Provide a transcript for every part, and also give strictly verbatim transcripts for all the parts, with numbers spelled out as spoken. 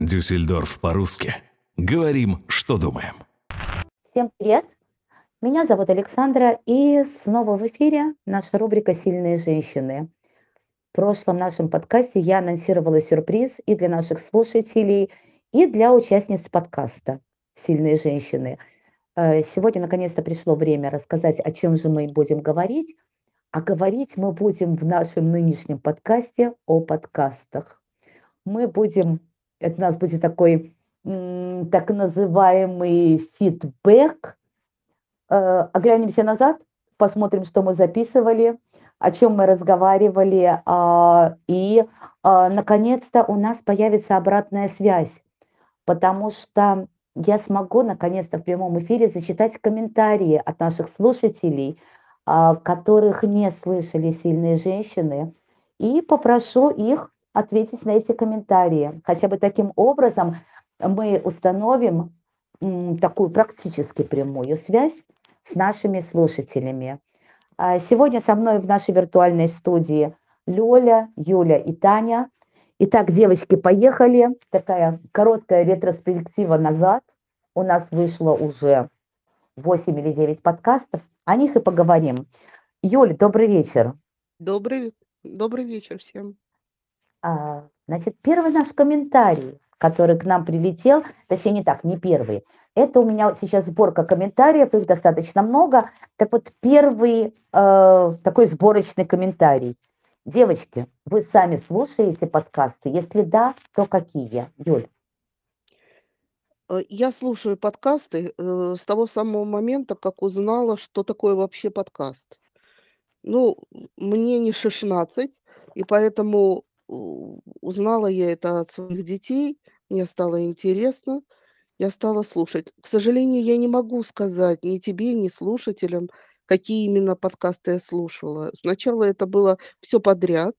Дюссельдорф по-русски. Говорим, что думаем. Всем привет! Меня зовут Александра, и снова в эфире наша рубрика «Сильные женщины». В прошлом нашем подкасте я анонсировала сюрприз и для наших слушателей, и для участниц подкаста «Сильные женщины». Э, Сегодня наконец-то пришло время рассказать, о чем же мы будем говорить. А говорить мы будем в нашем нынешнем подкасте о подкастах. Мы будем, это у нас будет такой м, так называемый фидбэк. Э, Оглянемся назад, посмотрим, что мы записывали, о чем мы разговаривали, а, и а, наконец-то у нас появится обратная связь, потому что я смогу наконец-то в прямом эфире зачитать комментарии от наших слушателей, а, которых не слышали сильные женщины, и попрошу их ответить на эти комментарии. Хотя бы таким образом мы установим м, такую практически прямую связь с нашими слушателями. А Сегодня со мной в нашей виртуальной студии Лёля, Юля и Таня. Итак, девочки, поехали. Такая короткая ретроспектива назад. У нас вышло уже восемь или девять подкастов. О них и поговорим. Юль, добрый вечер. Добрый, добрый вечер всем. А, Значит, первый наш комментарий, который к нам прилетел, точнее не так, не первый. Это у меня вот сейчас сборка комментариев, их достаточно много. Так вот, первый э, такой сборочный комментарий. Девочки, вы сами слушаете подкасты? Если да, то какие? Юль. Э, Я слушаю подкасты э, с того самого момента, как узнала, что такое вообще подкаст. Ну, мне не шестнадцать, и поэтому у- узнала я это от своих детей, мне стало интересно, я стала слушать. К сожалению, я не могу сказать ни тебе, ни слушателям, какие именно подкасты я слушала. Сначала это было все подряд,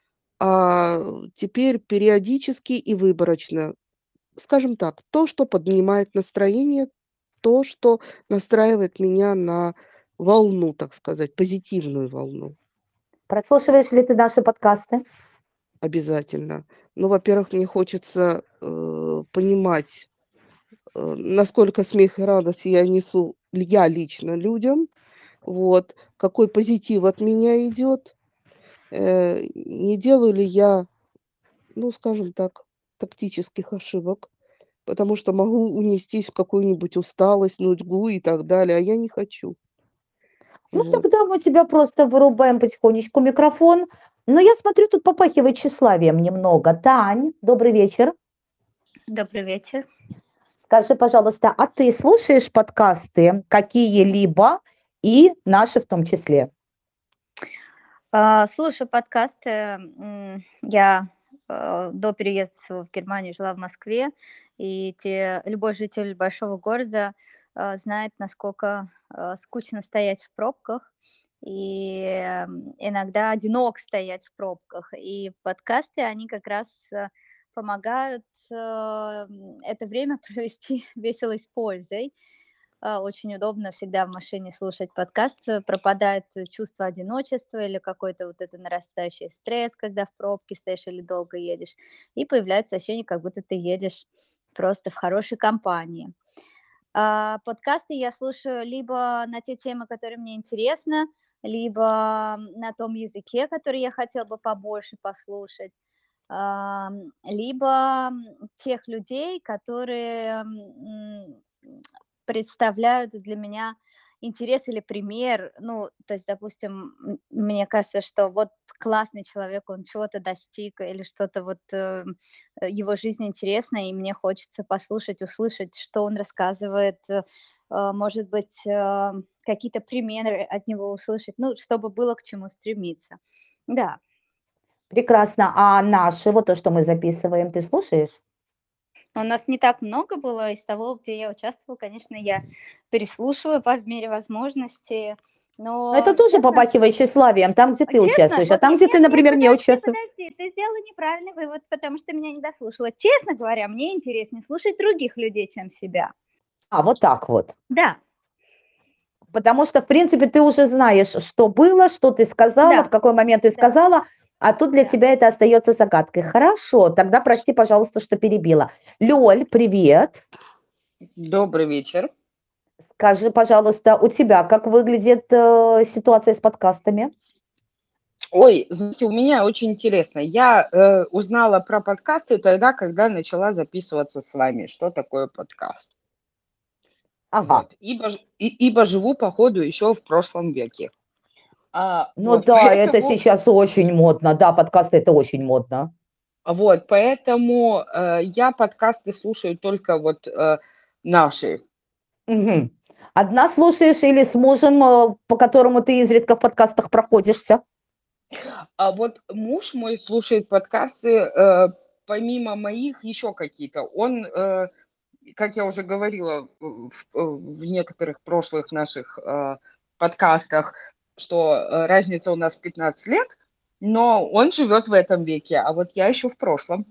а теперь периодически и выборочно. Скажем так, то, что поднимает настроение, то, что настраивает меня на волну, так сказать, позитивную волну Прослушиваешь ли ты наши подкасты? обязательно. Ну, во-первых, мне хочется э, понимать, э, насколько смех и радость я несу, л- я лично людям, вот, какой позитив от меня идет, э, не делаю ли я, ну, скажем так, тактических ошибок, потому что могу унестись в какую-нибудь усталость, нудьгу и так далее, а я не хочу. Ну, Вот. тогда мы тебя просто вырубаем потихонечку микрофон. Но я смотрю, тут попахивает тщеславием немного. Тань, добрый вечер. Добрый вечер. Скажи, пожалуйста, а ты слушаешь подкасты какие-либо и наши в том числе? А, Слушаю подкасты. м, Я э, до переезда своего в Германию жила в Москве, и те, любой житель большого города э, знает, насколько э, скучно стоять в пробках, и эм, иногда одинок стоять в пробках. И подкасты, они как раз э, помогают э, м, это время провести весело и с пользой. А, Очень удобно всегда в машине слушать подкаст, э, пропадает э, чувство одиночества или какой-то вот это нарастающий стресс, когда в пробке стоишь или долго едешь, и появляется ощущение, как будто ты едешь просто в хорошей компании. А, Подкасты я слушаю либо на те темы, которые мне интересны, либо м, на том языке, который я хотела бы побольше послушать, ам, либо м, тех людей, которые м, представляют для меня интерес или пример. Ну, то есть, допустим, м, мне кажется, что вот классный человек, он чего-то достиг или что-то вот э, э, его жизнь интересна, и мне хочется послушать, услышать, что он рассказывает, э, э, может быть, э, какие-то примеры от него услышать, ну, чтобы было к чему стремиться. Да. Прекрасно. А наши, вот то, что мы записываем, ты слушаешь? У нас не так много было из того, где я участвовала. Конечно, я переслушиваю по мере возможности, Но это но тоже честно, попахивает тщеславием, там, где а, ты честно, участвуешь, а вот там, не- где ты, нет, нет, например, не подожди, участвуешь. подожди, ты сделала неправильный вывод, потому что меня не дослушала. Честно говоря, мне интереснее слушать других людей, чем себя. А, вот так вот. Да, Потому что, в принципе, ты уже знаешь, что было, что ты сказала, в да, какой момент ты да. сказала, А тут для тебя это остается загадкой. Хорошо, тогда прости, пожалуйста, что перебила. Лёль, привет. Добрый вечер. Скажи, пожалуйста, у тебя как выглядит э, ситуация с подкастами? Ой, знаете, у меня очень интересно. Я э, узнала про подкасты тогда, когда начала записываться с вами. Что такое подкаст? Ага. Вот. Ибо, ж- и- ибо живу, походу, еще в прошлом веке. А, Ну вот, да, это поэтому, сейчас очень модно. Да, подкасты это очень модно. вот, поэтому э, я подкасты слушаю только вот э, наши. Мгм. Одна слушаешь или с мужем, э, по которому ты изредка в подкастах проходишься? А вот муж мой слушает подкасты, э, помимо моих, еще какие-то. Он, э, как я уже говорила в, в- в некоторых прошлых наших э, подкастах, что э, разница у нас пятнадцать лет, но он живет в этом веке, а вот я еще в прошлом.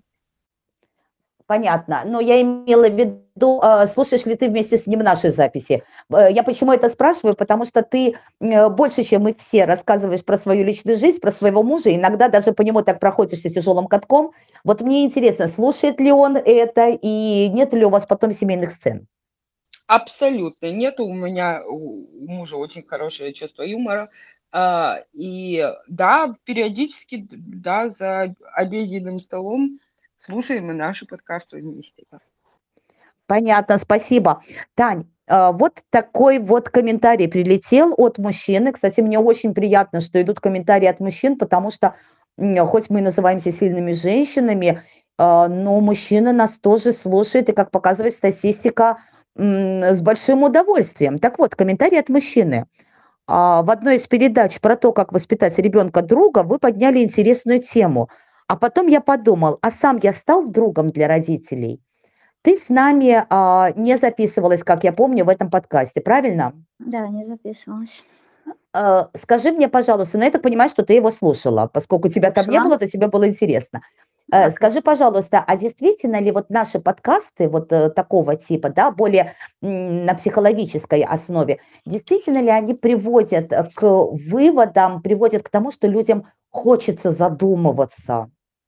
Понятно. Но я имела в виду, э, слушаешь ли ты вместе с ним наши записи? Э, Я почему это спрашиваю? Потому что ты э, больше, чем мы все, рассказываешь про свою личную жизнь, про своего мужа, иногда даже по нему так проходишься тяжелым катком. Вот мне интересно, слушает ли он это, и нет ли у вас потом семейных сцен? Абсолютно нету. У меня у у мужа очень хорошее чувство юмора. А, и да, периодически, д- да, за обеденным столом слушаем и наши подкасты вместе. Да. Понятно, спасибо. Тань, э, вот такой вот комментарий прилетел от мужчины. Кстати, мне очень приятно, что идут комментарии от мужчин, потому что м, хоть мы называемся сильными женщинами, э, но мужчины нас тоже слушают, и, как показывает статистика, м, с большим удовольствием. Так вот, комментарий от мужчины. А, В одной из передач про то, как воспитать ребенка друга, вы подняли интересную тему. А потом я подумал, а сам я стал другом для родителей? Ты с нами, а, не записывалась, как я помню, в этом подкасте, правильно? Да, не записывалась. Э, скажи мне, пожалуйста, ну, я так понимаю, что ты его слушала, поскольку тебя там не Слушала. было, то тебе было интересно. Э, Окей. скажи, пожалуйста, а действительно ли вот наши подкасты вот, э, такого типа, да, более, м, на психологической основе, действительно ли они приводят, э, к выводам, приводят к тому, что людям хочется задумываться,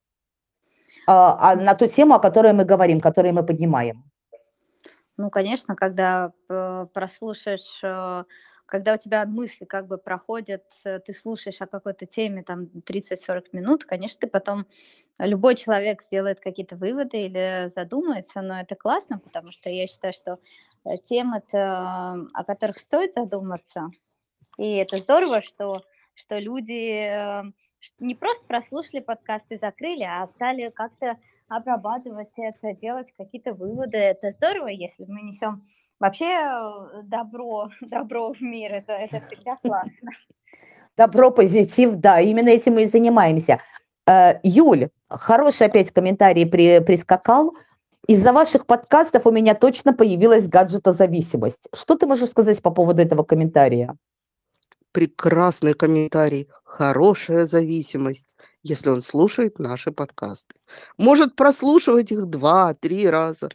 а, а, на ту тему, о которой мы говорим, которую мы поднимаем? Ну, конечно, когда п- прослушаешь, э, когда у тебя мысли как бы проходят, э, ты слушаешь о какой-то теме там тридцать-сорок минут, конечно, ты потом, любой человек сделает какие-то выводы или задумается, но это классно, потому что я считаю, что э, темы-то, о которых стоит задуматься, и это здорово, что, что люди э, ш- не просто прослушали подкаст и закрыли, а стали как-то обрабатывать это, делать какие-то выводы. Это здорово, если мы несем вообще э, добро, добро в мир. Это, это всегда классно. Добро, позитив, да, именно этим мы и занимаемся. Э, Юль, хороший опять комментарий при, прискакал. Из-за ваших подкастов у меня точно появилась гаджетозависимость. Что ты можешь сказать по поводу этого комментария? Прекрасный комментарий. Хорошая зависимость, если он слушает наши подкасты. Может прослушивать их два-три раза.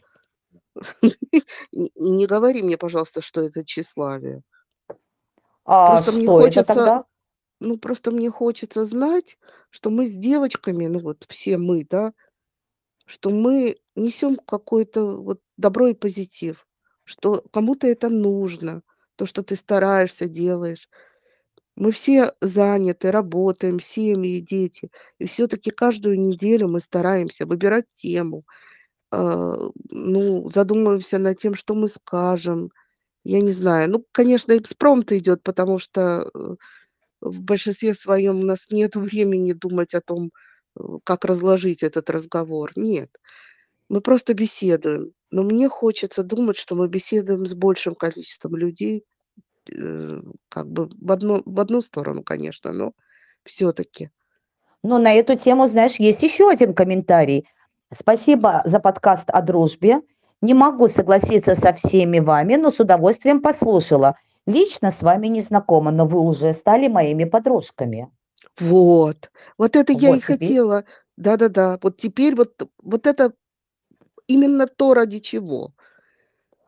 И не говори мне, пожалуйста, что это тщеславие. А Просто мне что это хочется, тогда? ну, просто мне хочется знать, что мы с девочками, ну, вот все мы, да, что мы несем какое-то вот добро и позитив, что кому-то это нужно, то, что ты стараешься, делаешь. Мы все заняты, работаем, семьи, дети. И все-таки каждую неделю мы стараемся выбирать тему, а, ну, задумываемся над тем, что мы скажем. Я не знаю. Ну, конечно, экспромт идет, потому что э, в большинстве своем у нас нет времени думать о том, э, как разложить этот разговор. Нет. Мы просто беседуем. Но мне хочется думать, что мы беседуем с большим количеством людей, э, как бы в одну, в одну сторону, конечно, но все-таки. Ну, на эту тему, знаешь, есть еще один комментарий. Спасибо за подкаст о дружбе. Не могу согласиться со всеми вами, но с удовольствием послушала. Лично с вами не знакома, но вы уже стали моими подружками. Вот. Вот это я и Вот теперь. хотела. Да-да-да. Вот теперь вот, вот это именно то, ради чего.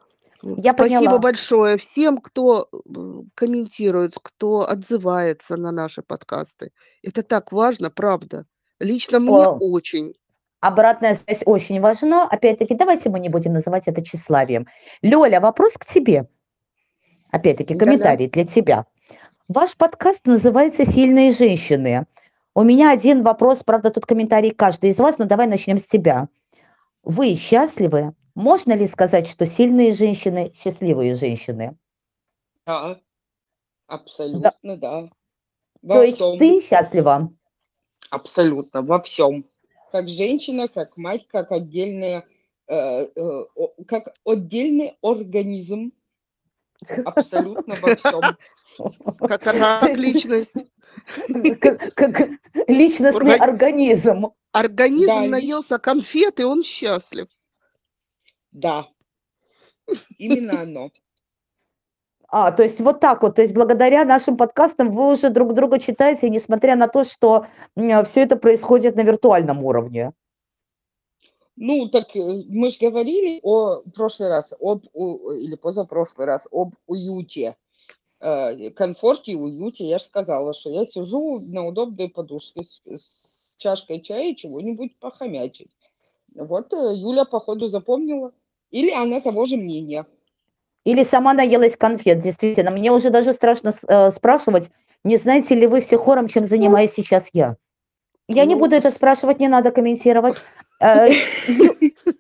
Вот. Я Спасибо поняла. большое всем, кто э, комментирует, кто отзывается на наши подкасты. Это так важно, правда. Лично мне О, очень. обратная связь очень важна. Опять-таки, давайте мы не будем называть это тщеславием. Лёля, вопрос к тебе. Опять-таки, Да-да. комментарий для тебя. Ваш подкаст называется «Сильные женщины». У меня один вопрос, правда, тут комментарий каждый из вас, но давай начнем с тебя. Вы счастливы? Можно ли сказать, что сильные женщины – счастливые женщины? Да, Да. абсолютно, да. То Во есть всем. ты счастлива? Абсолютно, во всем. Как женщина, как мать, как отдельная, э, э, о- как отдельный организм. Абсолютно во всем. Как, ра- как Ты- личность. Как, как личностный Орга- организм. Организм Да, лич- наелся конфет, и он счастлив. да, именно оно. А, то есть вот так вот, то есть благодаря нашим подкастам вы уже друг друга читаете, несмотря на то, что все это происходит на виртуальном уровне. Ну, так э, мы же говорили о прошлый раз, об, у- или позапрошлый раз, об уюте, э, комфорте и уюте. Я же сказала, что я сижу на удобной подушке с, с чашкой чая и чего-нибудь похомячить. Вот э, Юля, походу, запомнила. Или она того же мнения. Или сама наелась конфет, действительно. Мне уже даже страшно с- э, спрашивать, не знаете ли вы все хором, чем занимаюсь сейчас я? Я не Ну, буду это с- спрашивать, не надо комментировать. Э, Ю-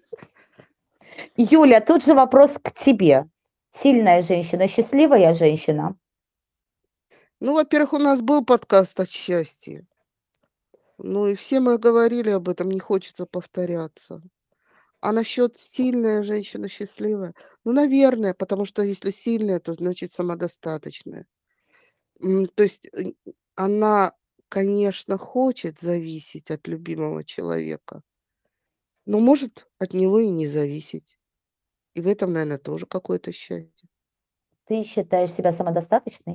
Юля, тут же вопрос к тебе. Сильная женщина, счастливая женщина. ну, во-первых, у нас был подкаст о счастье. Ну и все мы говорили об этом, не хочется повторяться. А насчет сильная женщина, счастливая? Ну, наверное, потому что если сильная, то значит самодостаточная. М, То есть э, она, конечно, хочет зависеть от любимого человека, но может от него и не зависеть. И в этом, наверное, тоже какое-то счастье. Ты считаешь себя самодостаточной?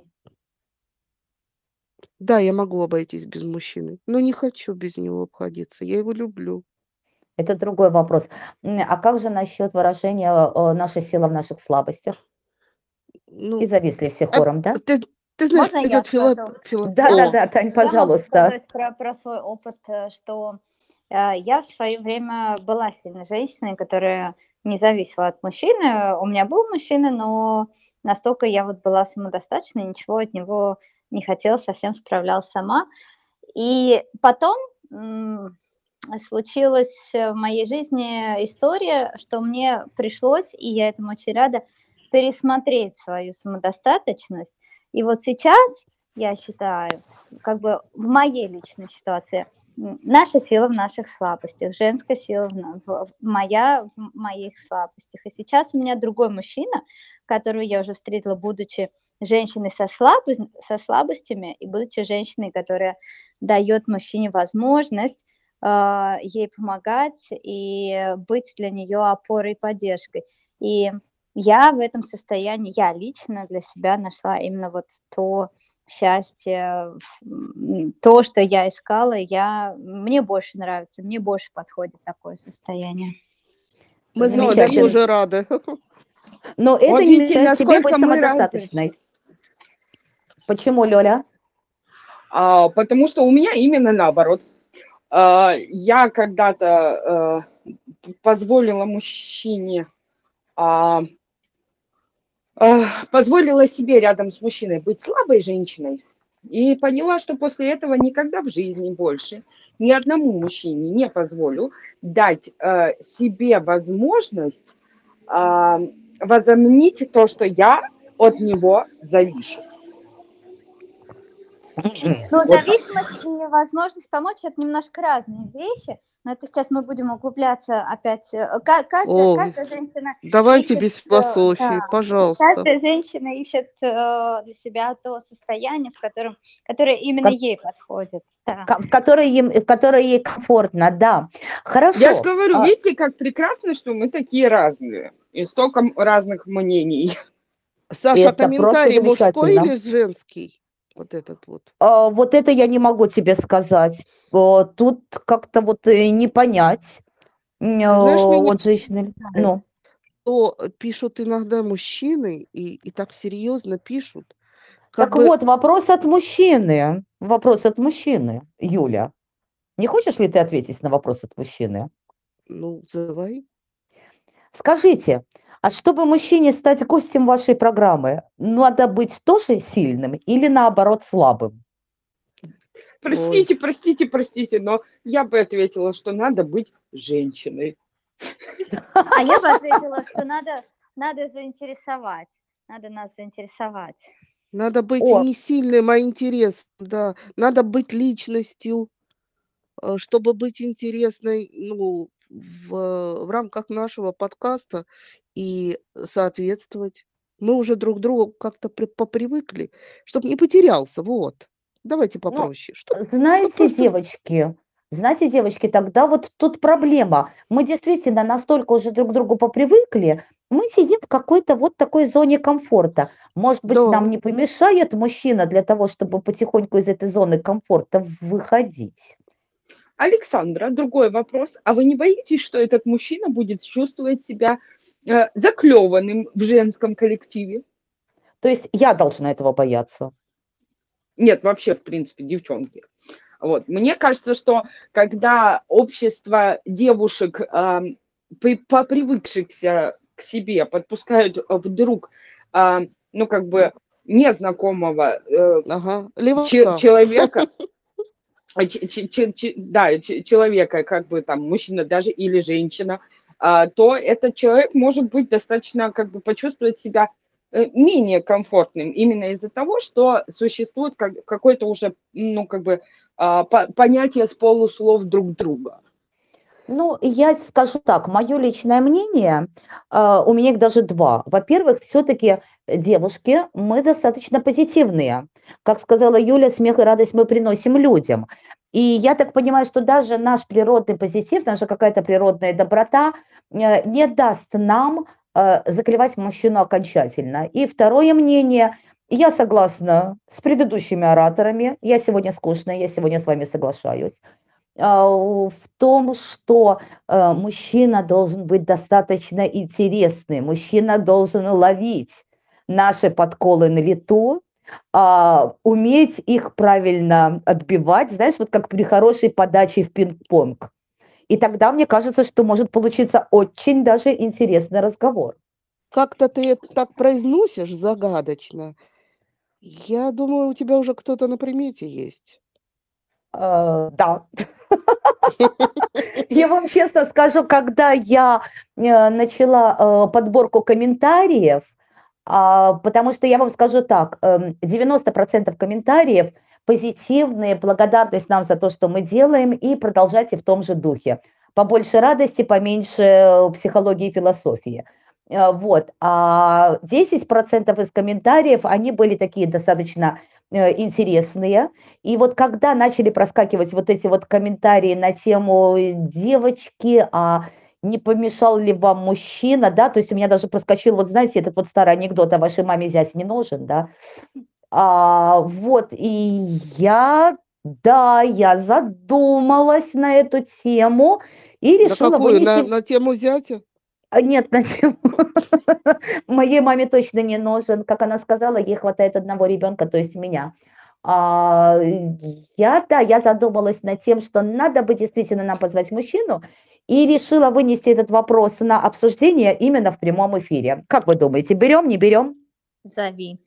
Да, я могу обойтись без мужчины, но не хочу без него обходиться. Я его люблю. Это другой вопрос. М, А как же насчет выражения э, «наша сила в наших слабостях»? И Ну, зависли все а хором, да? ты, ты знаешь, Можно я пойдет фило... скажу? фило... О, Да-да-да, Тань, Я могу пожалуйста. сказать про, про свой опыт, э, что э, я в свое время была сильной женщиной, которая не зависела от мужчины. У меня был мужчина, но настолько я вот была самодостаточной, ничего от него не хотела, совсем справлялась сама. И потом м, случилась в моей жизни история, что мне пришлось, и я этому очень рада, пересмотреть свою самодостаточность. И вот сейчас, я считаю, как бы в моей личной ситуации, м, наша сила в наших слабостях, женская сила в, на- в- в- моя в моих слабостях. И сейчас у меня другой мужчина, которого я уже встретила, будучи женщиной со, слабость, со слабостями и будучи женщиной, которая дает мужчине возможность э, ей помогать и быть для нее опорой и поддержкой. И я в этом состоянии, я лично для себя нашла именно вот то счастье, м, то, что я искала, я, мне больше нравится, мне больше подходит такое состояние. мы, Ну, мы Замечательно. тоже рады. Но это Вот не видите, мешает тебе быть насколько мы разные. самодостаточной. Почему, Лёля? А, потому что у меня именно наоборот. А, я когда-то э, позволила мужчине, а, а, позволила себе рядом с мужчиной быть слабой женщиной и поняла, что после этого никогда в жизни больше ни одному мужчине не позволю дать э, себе возможность а, возомнить то, что я от него завишу. Ну, Вот. зависимость и возможность помочь – это немножко разные вещи, но это сейчас мы будем углубляться опять. э, ка- Каждая, О, каждая женщина давайте ищет, без э, философии, да, пожалуйста. каждая женщина ищет э, для себя то состояние, в котором, которое именно Ко- ей подходит. Да. ко- В которой, им, в которой ей комфортно, да. Я же Хорошо. говорю, А, видите, как прекрасно, что мы такие разные. И столько м- разных мнений. Саша, Это просто комментарий мужской замечательно. или женский? Вот этот вот. А, Вот это я не могу тебе сказать. О, Тут как-то вот э, не понять. М, Ты знаешь, э, меня не... Вот женщины. Ну, что пишут иногда мужчины и, и так серьезно пишут, как Так бы, вот, вопрос от мужчины. Вопрос от мужчины, Юля. Не хочешь ли ты ответить на вопрос от мужчины? ну, давай. Скажите, а чтобы мужчине стать гостем вашей программы, надо быть тоже сильным или наоборот слабым? Ой, Простите, простите, простите, но я бы ответила, что надо быть женщиной. А я бы ответила, что надо, надо заинтересовать. Надо нас заинтересовать. надо быть О, не сильным, а интересным, да. Надо быть личностью, э, чтобы быть интересной, ну, в, в рамках нашего подкаста и соответствовать. Мы уже друг к другу как-то при- попривыкли, чтобы не потерялся, вот. Давайте ну, попроще. Чтоб, чтоб знаете, просто... девочки, знаете, девочки, тогда вот тут проблема. Мы действительно настолько уже друг к другу попривыкли, мы сидим в какой-то вот такой зоне комфорта. Может быть, нам Да. не помешает мужчина для того, чтобы потихоньку из этой зоны комфорта выходить? Александра, другой вопрос. А вы не боитесь, что этот мужчина будет чувствовать себя э, заклеванным в женском коллективе? То есть я должна этого бояться. Нет, вообще, в принципе, девчонки. Вот. Мне кажется, что когда общество девушек, а, при- попривыкшихся к себе, подпускают а, вдруг, а, ну, как бы, незнакомого э, Ага. че- Левака. человека, а, че- че- че- че- да, че- человека, как бы там, мужчина даже или женщина, а, то этот человек может быть достаточно, как бы, почувствовать себя э, менее комфортным именно из-за того, что существует как- какое-то уже, ну, как бы, а, по- понятие с полуслов друг друга. Ну, я скажу так, мое личное мнение, а, у меня их даже два. Во-первых, все-таки девушки, мы достаточно позитивные. Как сказала Юля, смех и радость мы приносим людям. И я так понимаю, что даже наш природный позитив, наша какая-то природная доброта э, не даст нам э, заклевать мужчину окончательно. И второе мнение, я согласна с предыдущими ораторами, я сегодня скучная, я сегодня с вами соглашаюсь а, у- в том, что э, мужчина должен быть достаточно интересный, мужчина должен ловить наши подколы на лету, а, уметь их правильно отбивать, знаешь, вот как при хорошей подаче в пинг-понг. И тогда мне кажется, что может получиться очень даже интересный разговор. Как-то ты это так произносишь загадочно. Я думаю, у тебя уже кто-то на примете есть. А, да, я вам честно скажу, когда я э, начала э, подборку комментариев, а, потому что я вам скажу так, эм, девяносто процентов комментариев позитивные, благодарность нам за то, что мы делаем, и продолжайте в том же духе. Побольше радости, поменьше э, психологии и философии. Э, Вот. А десять процентов из комментариев, они были такие достаточно э, интересные. И вот когда начали проскакивать вот эти вот комментарии на тему э, девочки, а не помешал ли вам мужчина, да, то есть у меня даже проскочил, вот знаете, этот вот старый анекдот, а вашей маме зять не нужен, да, а, вот, и я, да, я задумалась на эту тему и На решила какую? На, вынести, на тему зятя? а, нет, на тему, моей маме точно не нужен, как она сказала, ей хватает одного ребенка, то есть меня. А, я, да, я задумалась над тем, что надо бы действительно нам позвать мужчину, и решила вынести этот вопрос на обсуждение именно в прямом эфире. Как вы думаете, берем, не берем? Зови.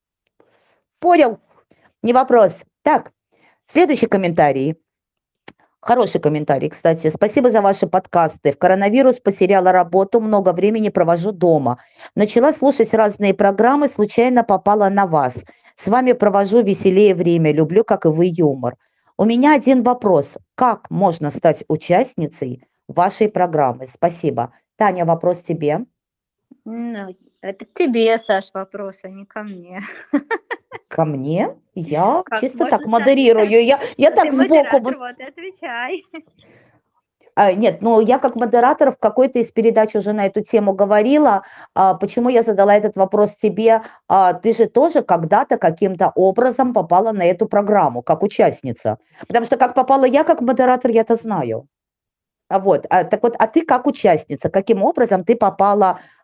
Понял, не вопрос. Так, следующий комментарий. Хороший комментарий, кстати. Спасибо за ваши подкасты. В коронавирус потеряла работу, много времени провожу дома. Начала слушать разные программы, случайно попала на вас. С вами провожу веселее время, люблю, как и вы, юмор. У меня один вопрос. Как можно стать участницей вашей программы? Спасибо. Таня, вопрос тебе. Ну, это к тебе, Саш, вопрос, а не ко мне. Ко мне? Я Как чисто можно так стать? модерирую. Я, я Ты так сбоку. модератор, вот и отвечай. А, Нет, ну я как модератор в какой-то из передач уже на эту тему говорила. А, Почему я задала этот вопрос тебе? А, Ты же тоже когда-то каким-то образом попала на эту программу как участница. Потому что как попала я как модератор, я-то знаю. А вот, а, так вот, а ты как участница, каким образом ты попала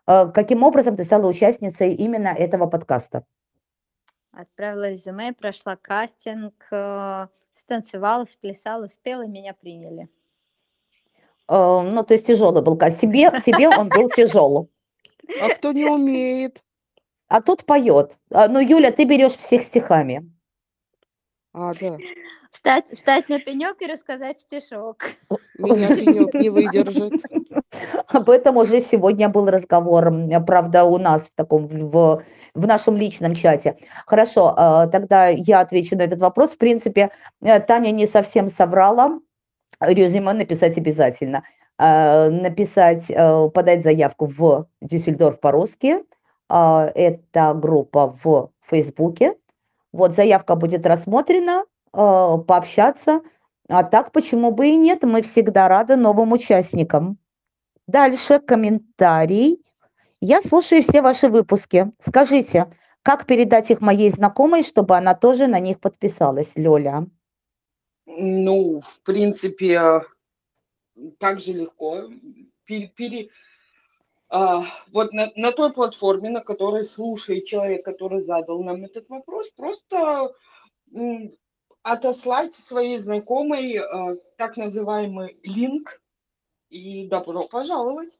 э, каким образом ты стала участницей именно этого подкаста? Отправила резюме, прошла кастинг, э, станцевала, сплясала, спела, и меня приняли. Э, ну, то есть тяжелый был каст. Тебе, тебе он был тяжелый. А кто не умеет? А тут поет. А, Ну, Юля, ты берешь всех стихами. А, да. Встать, встать на пенек и рассказать стишок. Меня пенек не выдержит. Об этом уже сегодня был разговор, м, правда, у нас в таком в, в нашем личном чате. Хорошо, а, тогда я отвечу на этот вопрос. В принципе, э, Таня не совсем соврала. Резюме написать обязательно. А, Написать, э, подать заявку в Дюссельдорф по-русски. А, Это группа в Фейсбуке. Вот заявка будет рассмотрена, э, пообщаться. А так, почему бы и нет? Мы всегда рады новым участникам. Дальше комментарий. Я слушаю все ваши выпуски. Скажите, как передать их моей знакомой, чтобы она тоже на них подписалась, Лёля? Ну, в принципе, так же легко. Пере- пере- а, вот на, на той платформе, на которой слушает человек, который задал нам этот вопрос, просто м, отослать своей знакомой а, так называемый линк и добро пожаловать.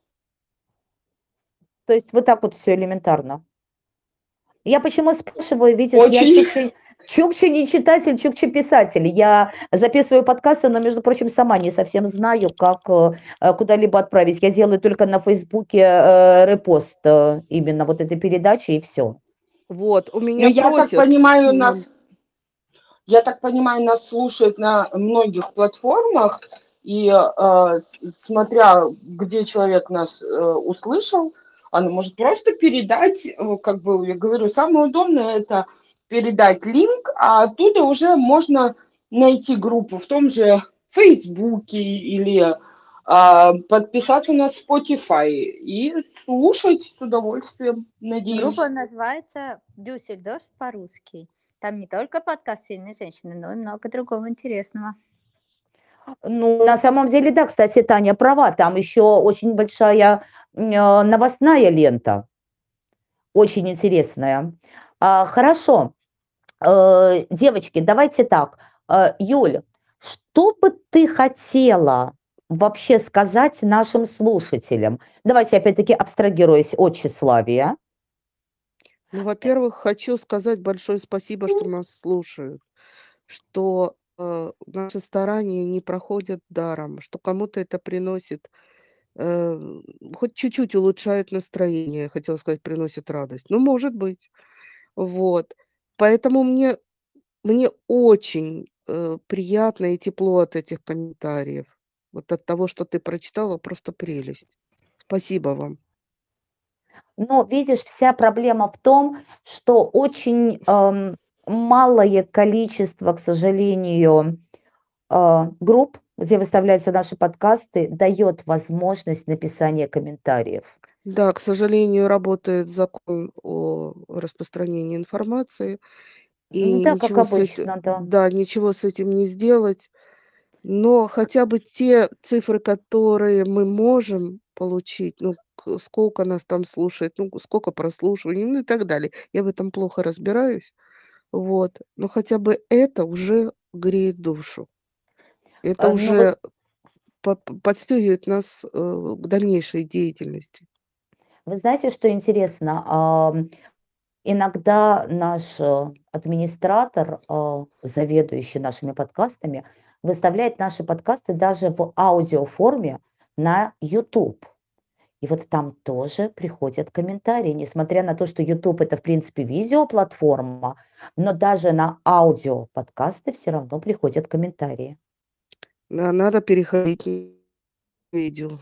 То есть вот так вот все элементарно. Я почему спрашиваю, видишь, я Очень. чукча, чукча не читатель, чукча писатель. Я записываю подкасты, но, между прочим, сама не совсем знаю, как э, э, куда-либо отправить. Я делаю только на Фейсбуке э, репост э, именно вот этой передачи, и все. Вот, у Ну, меня я так просят понимаю, нам. нас, я так понимаю, нас слушают на многих платформах, и э, с- смотря где человек нас э, услышал, она может просто передать, э, как бы я говорю, самое удобное это передать линк, а оттуда уже можно найти группу в том же Фейсбуке или а, подписаться на Spotify и слушать с удовольствием, надеюсь. Группа называется «Дюссельдорф по-русски». Там не только подкаст «Сильные женщины», но и много другого интересного. Ну, на самом деле, да, кстати, Таня права, там еще очень большая м, э, новостная лента, очень интересная. А, хорошо, Э, девочки, давайте так. Э, Юль, что бы ты хотела вообще сказать нашим слушателям? Давайте опять-таки абстрагируясь от тщеславия. Ну, во-первых, хочу сказать большое спасибо, что нас слушают, что э, наши старания не проходят даром, что кому-то это приносит, э, хоть чуть-чуть улучшает настроение, хотела сказать, приносит радость. Ну, может быть. Вот. Поэтому мне, мне очень э, приятно и тепло от этих комментариев. Вот от того, что ты прочитала, просто прелесть. Спасибо вам. Но видишь, вся проблема в том, что очень эм, малое количество, к сожалению, э, групп, где выставляются наши подкасты, дает возможность написания комментариев. Да, к сожалению, работает закон о распространении информации, Ну и да, как ничего с этим, обычно, да. да, ничего с этим не сделать. Но хотя бы те цифры, которые мы можем получить, ну, к- сколько нас там слушает, ну, сколько прослушиваний, ну и так далее. Я в этом плохо разбираюсь. Вот. Но хотя бы это уже греет душу. Это Э, Ну, вы, уже по- по- подстегивает нас э, к дальнейшей деятельности. вы знаете, что интересно? Ам, Иногда наш э, администратор, э, заведующий нашими подкастами, выставляет наши подкасты даже в аудиоформе на YouTube. И вот там тоже приходят комментарии, несмотря на то, что YouTube это, в принципе, видеоплатформа, но даже на аудио подкасты все равно приходят комментарии. Да, надо переходить на видео.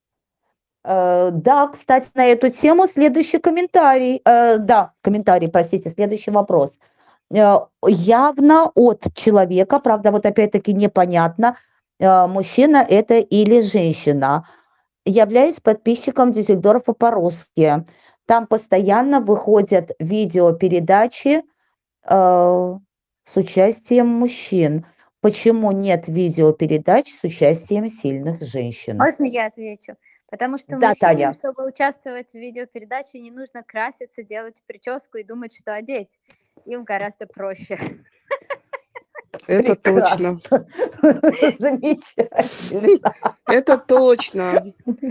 Э, Да, кстати, на эту тему следующий комментарий. Э, Да, комментарий, простите, следующий вопрос. Э, Явно от человека, правда, вот опять-таки непонятно, э, мужчина это или женщина. Являюсь подписчиком Дюссельдорфа по-русски. Там постоянно выходят видеопередачи э, с участием мужчин. Почему нет видеопередач с участием сильных женщин? Можно я отвечу? Потому что Да, мужчинам, Таня. чтобы участвовать в видеопередаче, не нужно краситься, делать прическу и думать, что одеть. Им гораздо проще. Это точно. Прекрасно. Замечательно. Это точно.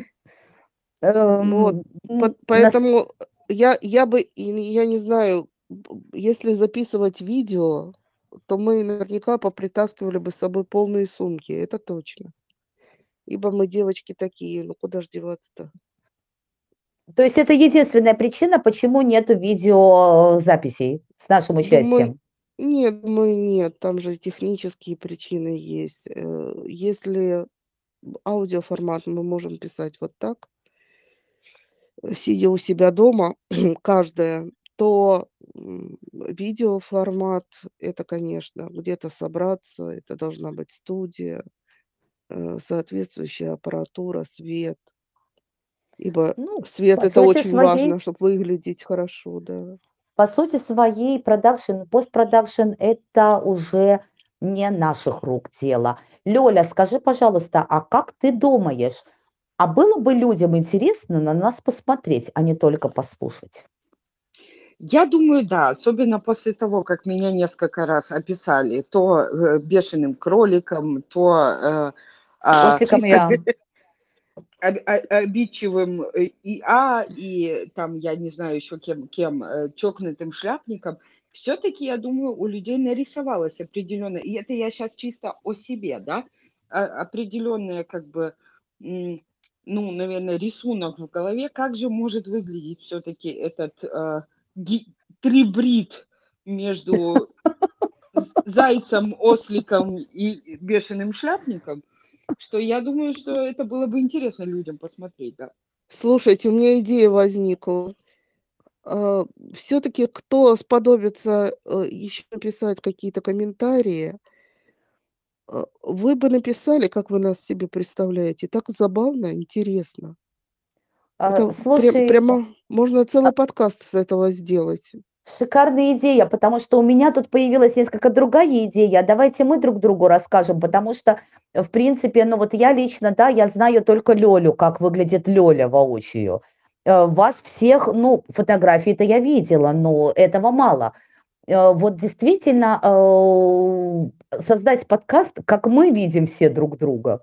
Вот. Эм, По- м, нас- Поэтому я, я бы, и я не знаю, б- если записывать видео, то мы наверняка попритаскивали бы с собой полные сумки. Это точно. Ибо мы девочки такие, ну куда ж деваться-то? То есть это единственная причина, почему нету видеозаписей с нашим Думаю, участием. нет, думаю, нет, там же технические причины есть. Э, Если аудиоформат мы можем писать вот так, э, сидя у себя дома, каждая, то м, видеоформат это, конечно, где-то собраться, это должна быть студия, э, соответствующая аппаратура, свет. Ибо Ну, свет по это сути очень своей, важно, чтобы выглядеть хорошо, да. по сути своей продакшн, постпродакшн – это уже не наших рук дело. Лёля, скажи, пожалуйста, а как ты думаешь, а было бы людям интересно на нас посмотреть, а не только послушать? Я думаю, да, особенно после того, как меня несколько раз описали то э, бешеным кроликом, то э, а, Осликом я. об- о- обидчивым э, и а, и там, я не знаю еще кем, кем э, чокнутым шляпником, все-таки, я думаю, у людей нарисовалось определенно, и это я сейчас чисто о себе, да, а- определенное как бы, м, ну, наверное, рисунок в голове, как же может выглядеть все-таки этот э, ги- трибрид между з- зайцем, осликом и бешеным шляпником, что я думаю, что это было бы интересно людям посмотреть, да. Слушайте, у меня идея возникла. Все-таки кто сподобится еще написать какие-то комментарии, э, вы бы написали, как вы нас себе представляете. Так забавно, интересно. А, Это прям, Слушай, прямо можно целый подкаст с этого сделать. шикарная идея, потому что у меня тут появилась несколько другая идея. Давайте мы друг другу расскажем, потому что, э, в принципе, ну вот я лично, да, я знаю только Лёлю, как выглядит Лёля воочию. Э, Вас всех, ну, фотографии-то я видела, но этого мало. Э, Вот действительно э, создать подкаст, как мы видим все друг друга.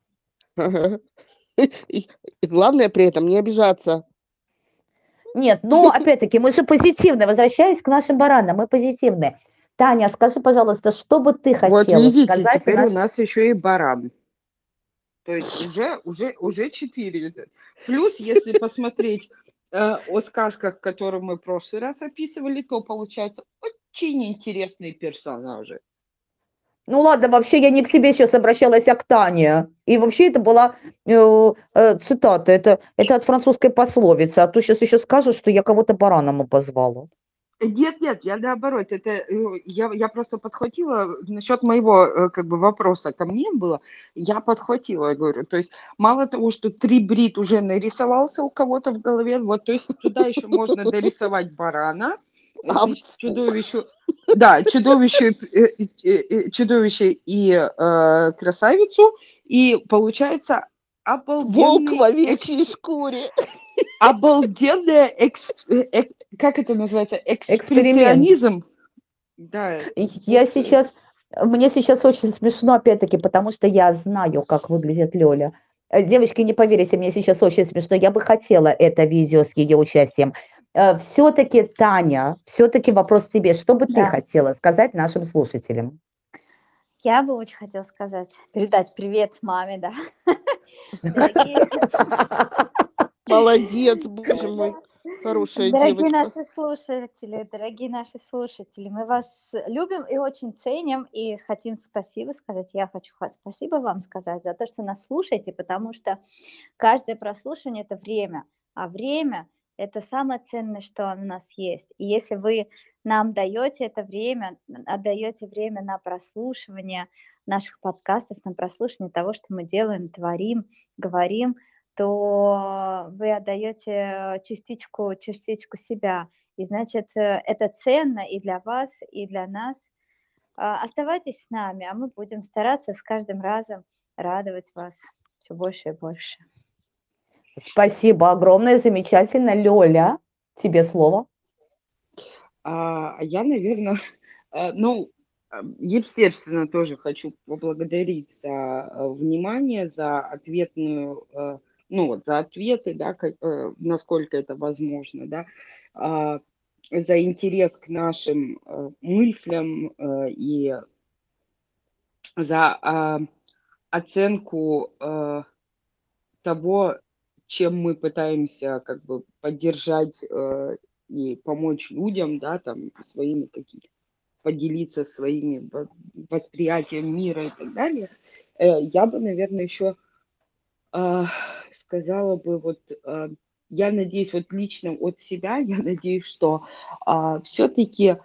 И и главное при этом не обижаться. Нет, но опять-таки мы же позитивные, возвращаясь к нашим баранам, мы позитивные. Таня, скажи, пожалуйста, что бы ты Вот хотела видите, сказать теперь у нашим... нас еще и баран. То есть уже, уже, уже четыре. Плюс, если посмотреть э, о сказках, которые мы в прошлый раз описывали, то получается очень интересные персонажи. Ну ладно, вообще я не к тебе сейчас обращалась, а к Тане. И вообще это была э, э, цитата, это, это от французской пословицы, а то сейчас еще скажут, что я кого-то бараном обозвала. Нет, нет, я наоборот, это э, я, я просто подхватила насчет моего э, как бы вопроса ко мне было, я подхватила, я говорю, то есть мало того, что трибрид уже нарисовался у кого-то в голове, вот, то есть туда еще можно дорисовать барана, э, значит, Овцу. чудовищу, да, чудовище, э, э, э, чудовище и э, красавицу, и получается Волк в обалденный овечьей экс- шкуре. обалденная экс, э, эк- как это называется, Эксперимент. экспрессионизм. Да, Я вот. сейчас, мне сейчас очень смешно, опять-таки, потому что я знаю, как выглядит Лёля. Э, Девочки, не поверите, мне сейчас очень смешно. Я бы хотела это видео с ее участием. Все-таки, Таня, все-таки вопрос тебе. Что бы ты Да. хотела сказать нашим слушателям? Я бы очень хотела сказать, передать привет маме, да. Дорогие, Молодец, боже мой. Хорошая дорогие девочка. наши слушатели, дорогие наши слушатели, мы вас любим и очень ценим, и хотим спасибо сказать. Я хочу ха- спасибо вам сказать за то, что нас слушаете, потому что каждое прослушивание – это время, а время – это самое ценное, что у нас есть. И если вы нам даете это время, отдаете время на прослушивание наших подкастов, на прослушивание того, что мы делаем, творим, говорим, то вы отдаете частичку, частичку себя. И значит, э, это ценно и для вас, и для нас. А, Оставайтесь с нами, а мы будем стараться с каждым разом радовать вас все больше и больше. Спасибо огромное, замечательно. Лёля, тебе слово. А, я, наверное, ну, а, естественно, тоже хочу поблагодарить за э, внимание, за ответную, э, ну вот, за ответы, да, как, э, насколько это возможно, да, а, за интерес к нашим э, мыслям э, и за а, оценку э, того, чем мы пытаемся как бы поддержать э, и помочь людям, да, там, своими какими-то, поделиться своими во- восприятием мира и так далее. Э, я бы, наверное, еще а, сказала бы, вот, а, я надеюсь, вот лично от себя, я надеюсь, что все-таки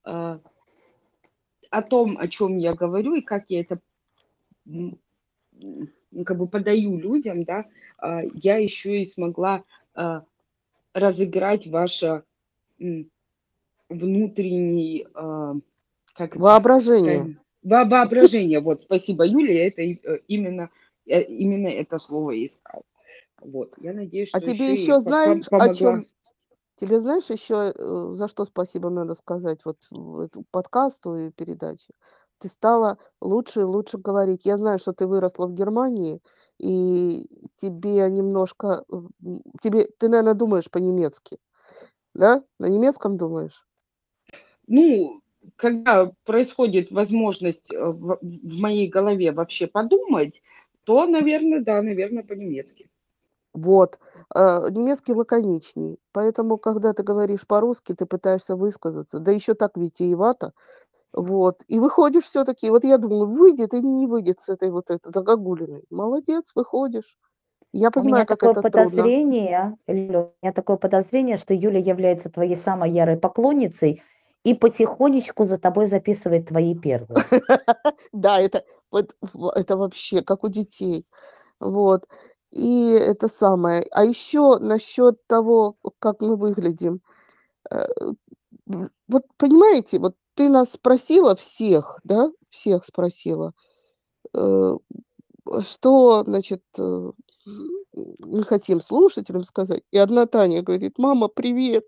о том, о чем я говорю и как я это м, м, ну, как бы подаю людям, да, а, я еще и смогла а, разыграть ваше м, внутренний, а, как это Воображение. правильно? Во- воображение. Вот, спасибо, Юлия, это и- э, именно, э, именно это слово я искала. Вот, я надеюсь, А что тебе еще и еще по- по- знаешь, о помогла. чем? Тебе знаешь еще, э, за что спасибо надо сказать вот в эту подкасту и передаче? Ты стала лучше и лучше говорить. Я знаю, что ты выросла в Германии, и тебе немножко, м, тебе, ты, наверное, думаешь по-немецки, да? На немецком думаешь? Ну, когда происходит возможность э, в, в моей голове вообще подумать, то, наверное, да, наверное, по-немецки. Вот. А, немецкий лаконичней. Поэтому, когда ты говоришь по-русски, ты пытаешься высказаться, да еще так витиевато. Вот. И выходишь все-таки, вот я думаю, выйдет или не выйдет с этой вот этой загогулиной. Молодец, выходишь. Я У меня понимаю, как такое это трудно. подозрение, Лёля, у меня такое подозрение, что Юля является твоей самой ярой поклонницей и потихонечку за тобой записывает твои первые. Да, это вот в это вообще как у детей. Вот. И это самое. А еще насчет того, как мы выглядим. Э, м, вот понимаете, вот ты нас спросила всех, да, всех спросила, э, что, значит, э, мы хотим слушателям сказать. И одна Таня говорит: "Мама, привет".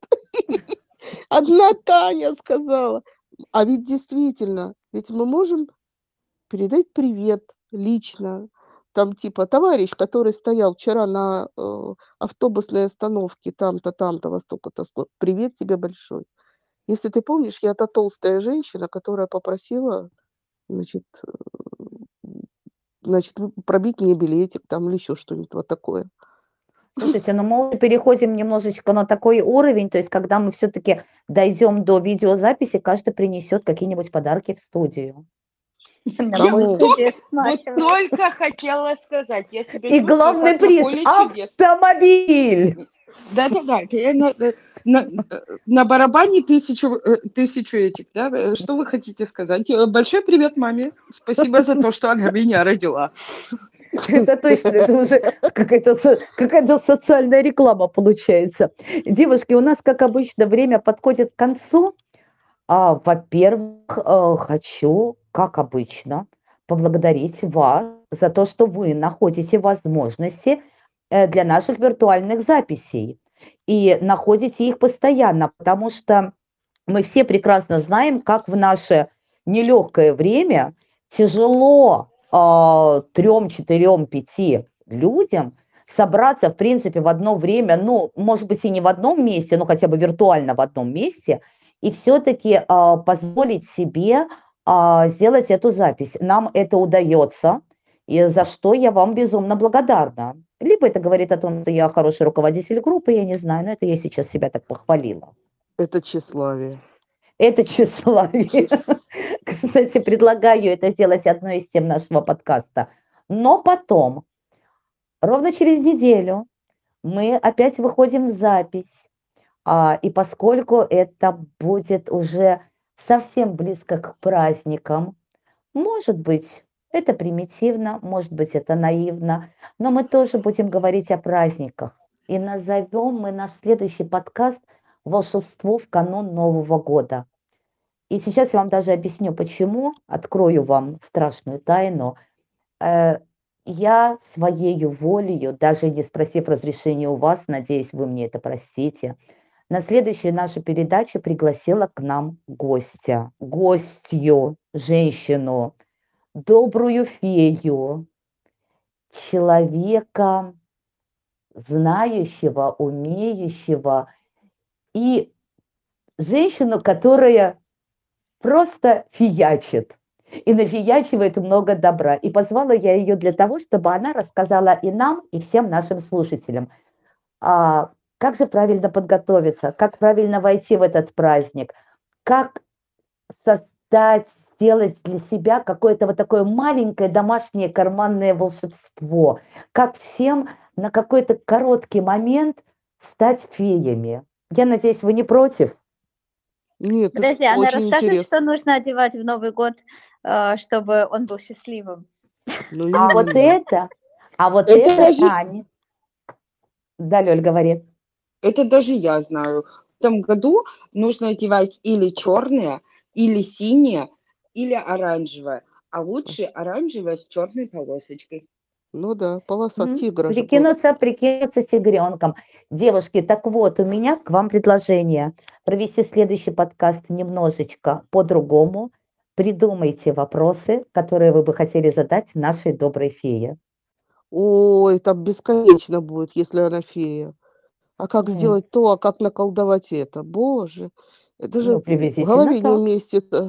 Одна Таня сказала. А ведь действительно, ведь мы можем передать привет лично. Там типа: "Товарищ, который стоял вчера на, э, автобусной остановке там-то, там-то, во столько-то, сто привет тебе большой". Если ты помнишь, я та толстая женщина, которая попросила, значит, э, значит, в пробить мне билетик там или еще что-нибудь вот такое. Слушайте, ну мы уже переходим немножечко на такой уровень, то есть когда мы все-таки дойдем до видеозаписи, каждый принесет какие-нибудь подарки в студию. На Я поле Кому? вот только, чудес вот смахивает. только хотела сказать, я себя И чувствую главный как на приз– поле чудес. автомобиль! Да-да-да, я на, э, на, э, на барабане тысячу, э, тысячу этих, да? э, Что вы хотите сказать? Э, Большой привет маме. Спасибо за то, что она меня родила. Это точно, это уже какая-то со- какая-то социальная реклама получается. Девушки, у нас, как обычно, время подходит к концу. А, во-первых, э, хочу, как обычно, поблагодарить вас за то, что вы находите возможности э, для наших виртуальных записей и находите их постоянно, потому что мы все прекрасно знаем, как в наше нелегкое время тяжело а, трем, четырем, пяти людям собраться, в принципе, в одно время, ну, может быть, и не в одном месте, но хотя бы виртуально в одном месте, и все-таки а, позволить себе а, сделать эту запись. Нам это удается, и за что я вам безумно благодарна. Либо это говорит о том, что я хороший руководитель группы, я не знаю, но это я сейчас себя так похвалила. Это тщеславие. Это тщеславие. Кстати, предлагаю это сделать одной из тем нашего подкаста. Но потом, ровно через неделю, мы опять выходим в запись. А, и поскольку это будет уже совсем близко к праздникам, может быть, это примитивно, может быть, это наивно, но мы тоже будем говорить о праздниках. И назовем мы наш следующий подкаст «Волшебство в канун Нового года». И сейчас я вам даже объясню, почему, открою вам страшную тайну. Э, я своею волею, даже не спросив разрешения у вас, надеюсь, вы мне это простите, на следующую нашу передачу пригласила к нам гостя, гостью, женщину, добрую фею, человека, знающего, умеющего, и женщину, которая просто фиячит и нафиячивает много добра. И позвала я ее для того, чтобы она рассказала и нам, и всем нашим слушателям, а, как же правильно подготовиться, как правильно войти в этот праздник, как создать, сделать для себя какое-то вот такое маленькое домашнее карманное волшебство, как всем на какой-то короткий момент стать феями. Я надеюсь, вы не против? Нет, это Подожди, она очень расскажет, интересно. что нужно одевать в Новый год, э, чтобы он был счастливым. Ну, А вот именно. это, а вот Это это, даже, Аня. Да, Лёль, говори. это даже я знаю. В том году нужно одевать или черное, или синее, или оранжевое. А лучше оранжевое с черной полосочкой. Ну да, полоса Мгм. тигра же был. Прикинуться, прикинуться тигренком. Девушки, так вот, у меня к вам предложение провести следующий подкаст немножечко по-другому. Придумайте вопросы, которые вы бы хотели задать нашей доброй фее. Ой, там бесконечно будет, если она фея. А как М, сделать то, а как наколдовать это? Боже, это же Ну, в приблизительно голове не так. уместится.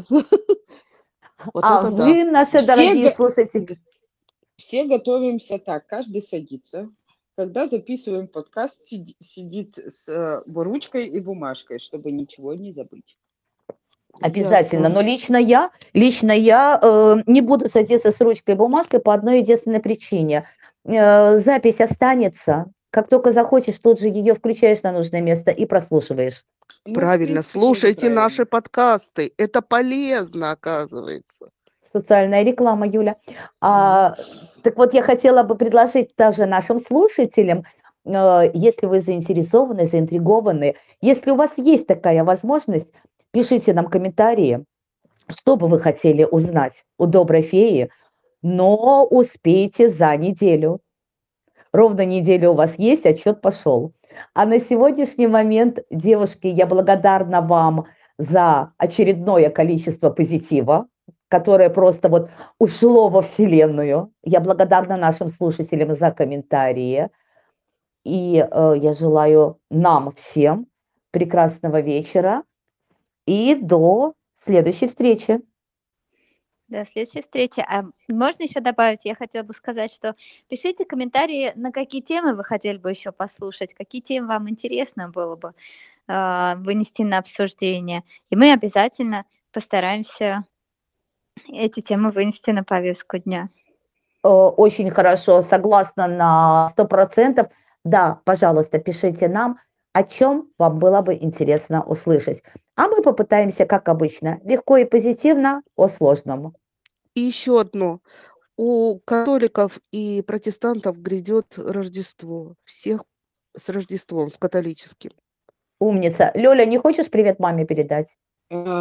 Вот А это да. вы, наши Все, дорогие го- слушатели, все готовимся так, каждый садится. Когда записываем подкаст, сиди- сидит с э, ручкой и бумажкой, чтобы ничего не забыть. обязательно. Но Ясно. лично я, лично я э, не буду садиться с ручкой и бумажкой по одной единственной причине. Э, запись останется. Как только захочешь, тут же ее включаешь на нужное место и прослушиваешь. Ну, в Правильно. принципе, тоже Слушайте наши правильно. подкасты. Это полезно, оказывается. Социальная реклама, Юля. Мгм. А, так вот, я хотела бы предложить также нашим слушателям, э, если вы заинтересованы, заинтригованы, если у вас есть такая возможность, пишите нам комментарии, что бы вы хотели узнать у доброй феи, но успейте за неделю. Ровно неделя у вас есть, отчет пошел. А на сегодняшний момент, девушки, я благодарна вам за очередное количество позитива, которое просто вот ушло во Вселенную. Я благодарна нашим слушателям за комментарии. И э, я желаю нам всем прекрасного вечера и до следующей встречи. До следующей встречи. А можно еще добавить? Я хотела бы сказать, что пишите комментарии, на какие темы вы хотели бы еще послушать, какие темы вам интересно было бы а, вынести на обсуждение. И мы обязательно постараемся эти темы вынести на повестку дня. Э, Очень хорошо, согласна на сто процентов. Да, пожалуйста, пишите нам, о чем вам было бы интересно услышать. А мы попытаемся, как обычно, легко и позитивно о сложном. И еще одно. У католиков и протестантов грядет Рождество. Всех с Рождеством, с католическим. Умница. Лёля, не хочешь привет маме передать? А,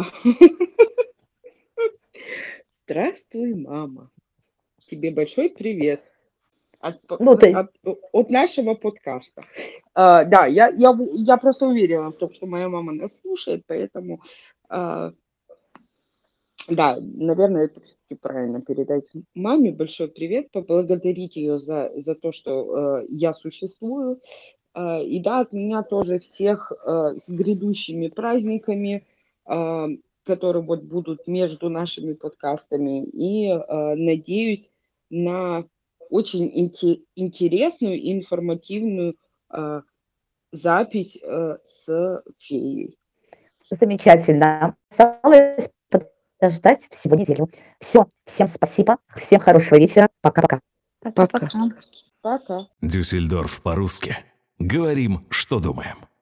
Здравствуй, мама. Тебе большой привет от, по- Ну, то есть, от- от нашего подкаста. А, Да, я, я, в- я просто уверена в том, что моя мама нас слушает, поэтому, а, да, наверное, это все-таки правильно передать маме большой привет, поблагодарить ее за, за то, что э, я существую. А, И да, от меня тоже всех э, с грядущими праздниками, а, которые вот будут между нашими подкастами. И э, надеюсь на очень инте- интересную и информативную э, запись э, с феей. замечательно. Осталось подождать всего неделю. Все, всем спасибо, всем хорошего вечера. Пока-пока. Пока. Пока-пока. Пока. Дюссельдорф по-русски. Говорим, что думаем.